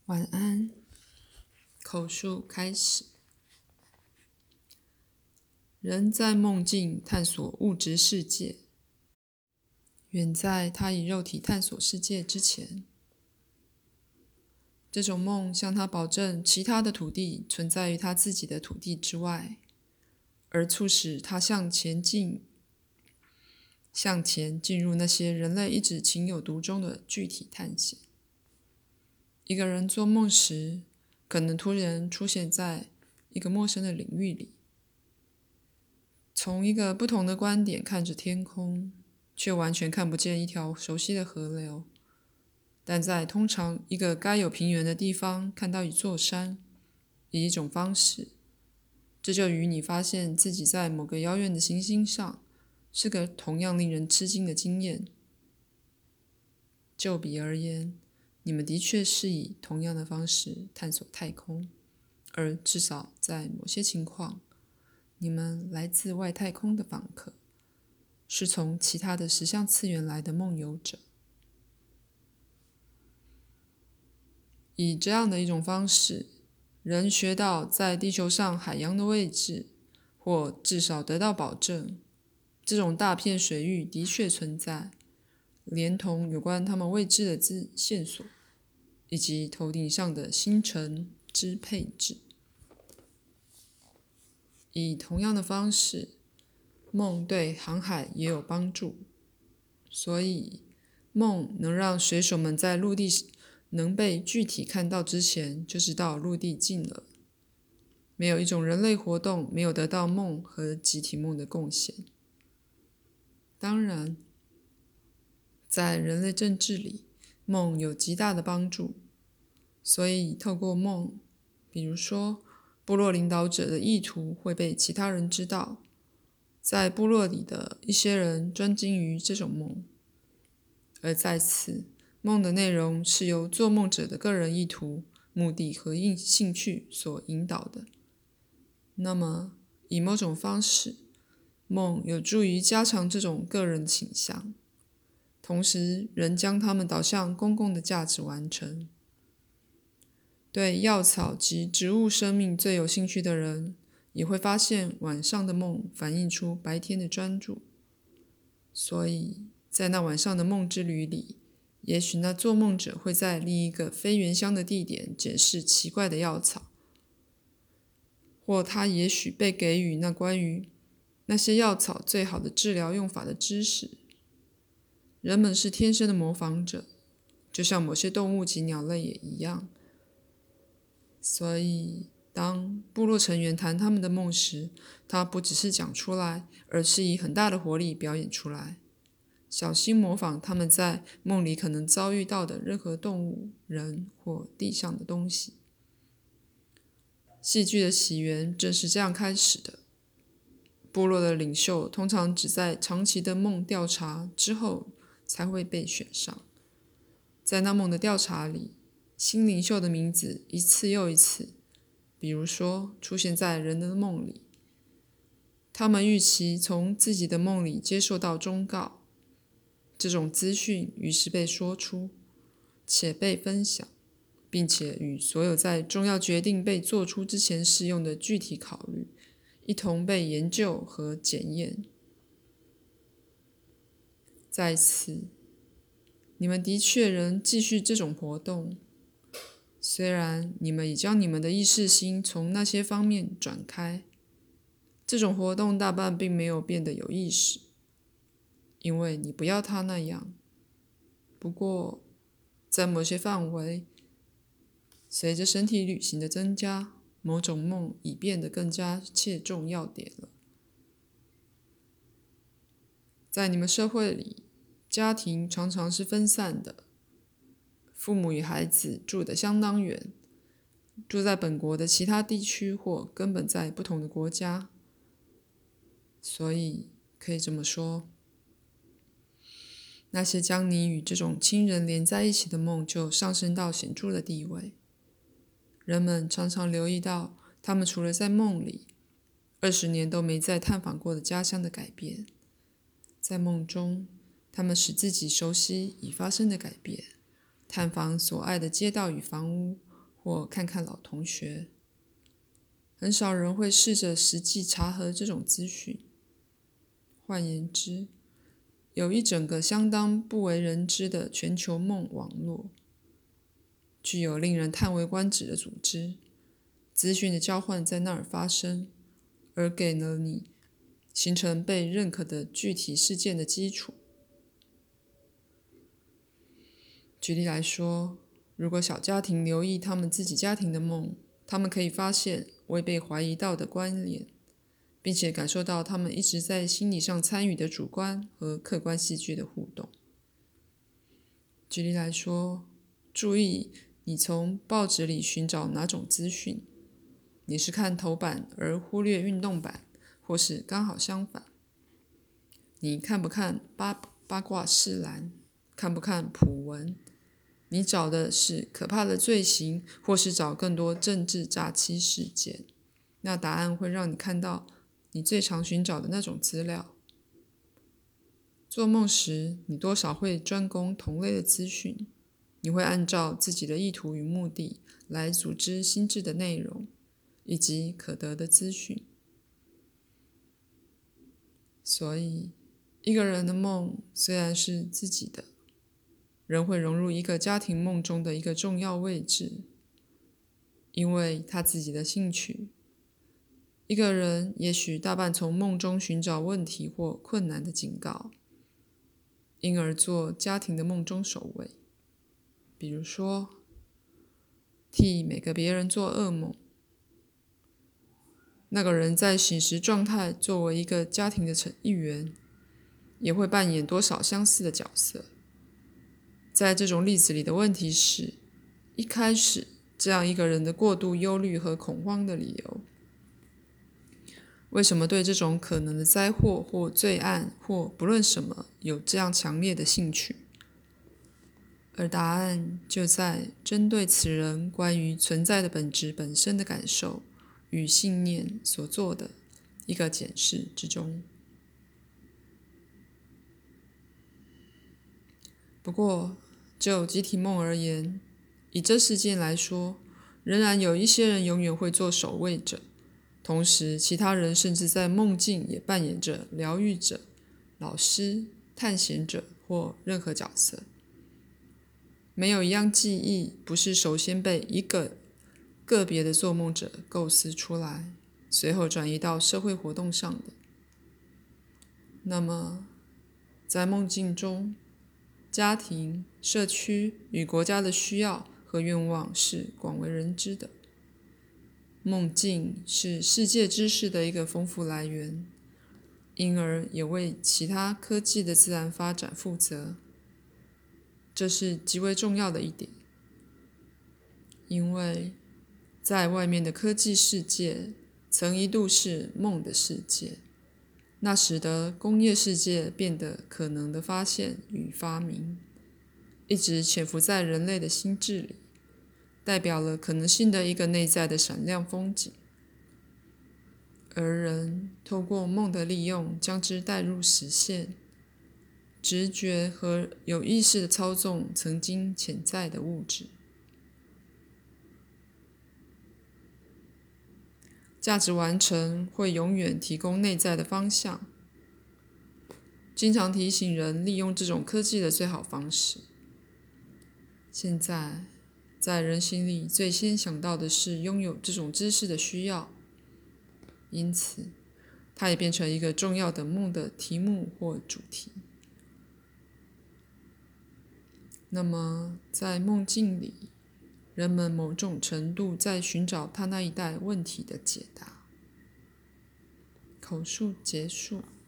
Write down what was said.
晚安，口述开始。人在梦境探索物质世界，远在他以肉体探索世界之前。这种梦向他保证其他的土地存在于他自己的土地之外，而促使他向前进入那些人类一直情有独钟的具体探险。一个人做梦时，可能突然出现在一个陌生的领域里，从一个不同的观点看着天空，却完全看不见一条熟悉的河流，但在通常一个该有平原的地方看到一座山，以一种方式，这就与你发现自己在某个遥远的行星上是个同样令人吃惊的经验。就比而言，你们的确是以同样的方式探索太空，而至少在某些情况，你们来自外太空的访客，是从其他的实相次元来的梦游者。以这样的一种方式，人学到在地球上海洋的位置，或至少得到保证，这种大片水域的确存在，连同有关他们未知的线索，以及头顶上的星辰之配置。以同样的方式，梦对航海也有帮助，所以梦能让水手们在陆地能被具体看到之前就知道陆地近了。没有一种人类活动没有得到梦和集体梦的贡献。当然，在人类政治里，梦有极大的帮助，所以透过梦，比如说部落领导者的意图会被其他人知道，在部落里的一些人专精于这种梦，而在此，梦的内容是由做梦者的个人意图、目的和兴趣所引导的。那么，以某种方式，梦有助于加强这种个人倾向，同时仍将它们导向公共的价值完成。对药草及植物生命最有兴趣的人，也会发现晚上的梦反映出白天的专注。所以在那晚上的梦之旅里，也许那做梦者会在另一个非原乡的地点检视奇怪的药草，或他也许被给予那关于那些药草最好的治疗用法的知识。人们是天生的模仿者，就像某些动物及鸟类也一样。所以当部落成员谈他们的梦时，他不只是讲出来，而是以很大的活力表演出来，小心模仿他们在梦里可能遭遇到的任何动物、人或地上的东西。戏剧的起源正是这样开始的。部落的领袖通常只在长期的梦调查之后才会被选上。在那梦的调查里，新领袖的名字一次又一次，比如说出现在人的梦里。他们预期从自己的梦里接受到忠告，这种资讯于是被说出，且被分享，并且与所有在重要决定被做出之前适用的具体考虑一同被研究和检验。在此，你们的确仍继续这种活动，虽然你们已将你们的意识心从那些方面转开。这种活动大半并没有变得有意识，因为你不要它那样。不过，在某些范围，随着身体旅行的增加，某种梦已变得更加切中要点了。在你们社会里，家庭常常是分散的，父母与孩子住得相当远，住在本国的其他地区或根本在不同的国家。所以可以这么说，那些将你与这种亲人连在一起的梦就上升到显著的地位。人们常常留意到，他们除了在梦里20年都没再探访过的家乡的改变。在梦中，他们使自己熟悉已发生的改变，探访所爱的街道与房屋， 或看看老同学。很少人会试着实际查核这种资讯。换言之，有一整个相当不为人知的全球梦网络，具有令人叹为观止的组织，资讯的交换在那儿发生，而给了你形成被认可的具体事件的基础。举例来说，如果小家庭留意他们自己家庭的梦，他们可以发现未被怀疑到的关联，并且感受到他们一直在心理上参与的主观和客观戏剧的互动。举例来说，注意你从报纸里寻找哪种资讯，你是看头版而忽略运动版，或是刚好相反。你看不看八卦释栏，看不看普文？你找的是可怕的罪行，或是找更多政治诈欺事件？那答案会让你看到你最常寻找的那种资料。做梦时，你多少会专攻同类的资讯，你会按照自己的意图与目的来组织心智的内容，以及可得的资讯。所以，一个人的梦虽然是自己的，仍会融入一个家庭梦中的一个重要位置，因为他自己的兴趣。一个人也许大半从梦中寻找问题或困难的警告，因而做家庭的梦中守卫。比如说，替每个别人做噩梦。那个人在醒时状态作为一个家庭的一员，也会扮演多少相似的角色。在这种例子里的问题是，一开始这样一个人的过度忧虑和恐慌的理由。为什么对这种可能的灾祸或罪案或不论什么有这样强烈的兴趣？而答案就在针对此人关于存在的本质本身的感受与信念所做的一个检视之中。不过，就集体梦而言，以这事件来说，仍然有一些人永远会做守卫者，同时其他人甚至在梦境也扮演着疗愈者、老师、探险者或任何角色。没有一样记忆不是首先被一个个别的做梦者构思出来，随后转移到社会活动上的。那么，在梦境中，家庭、社区与国家的需要和愿望是广为人知的。梦境是世界知识的一个丰富来源，因而也为其他科技的自然发展负责。这是极为重要的一点，因为在外面的科技世界曾一度是梦的世界，那使得工业世界变得可能的发现与发明，一直潜伏在人类的心智里，代表了可能性的一个内在的闪亮风景。而人透过梦的利用，将之带入实现，直觉和有意识的操纵曾经潜在的物质。价值完成会永远提供内在的方向，经常提醒人利用这种科技的最好方式。现在，在人心里最先想到的是拥有这种知识的需要，因此，它也变成一个重要的梦的题目或主题。那么，在梦境里，人们某种程度在寻找他那一代问题的解答。口述结束。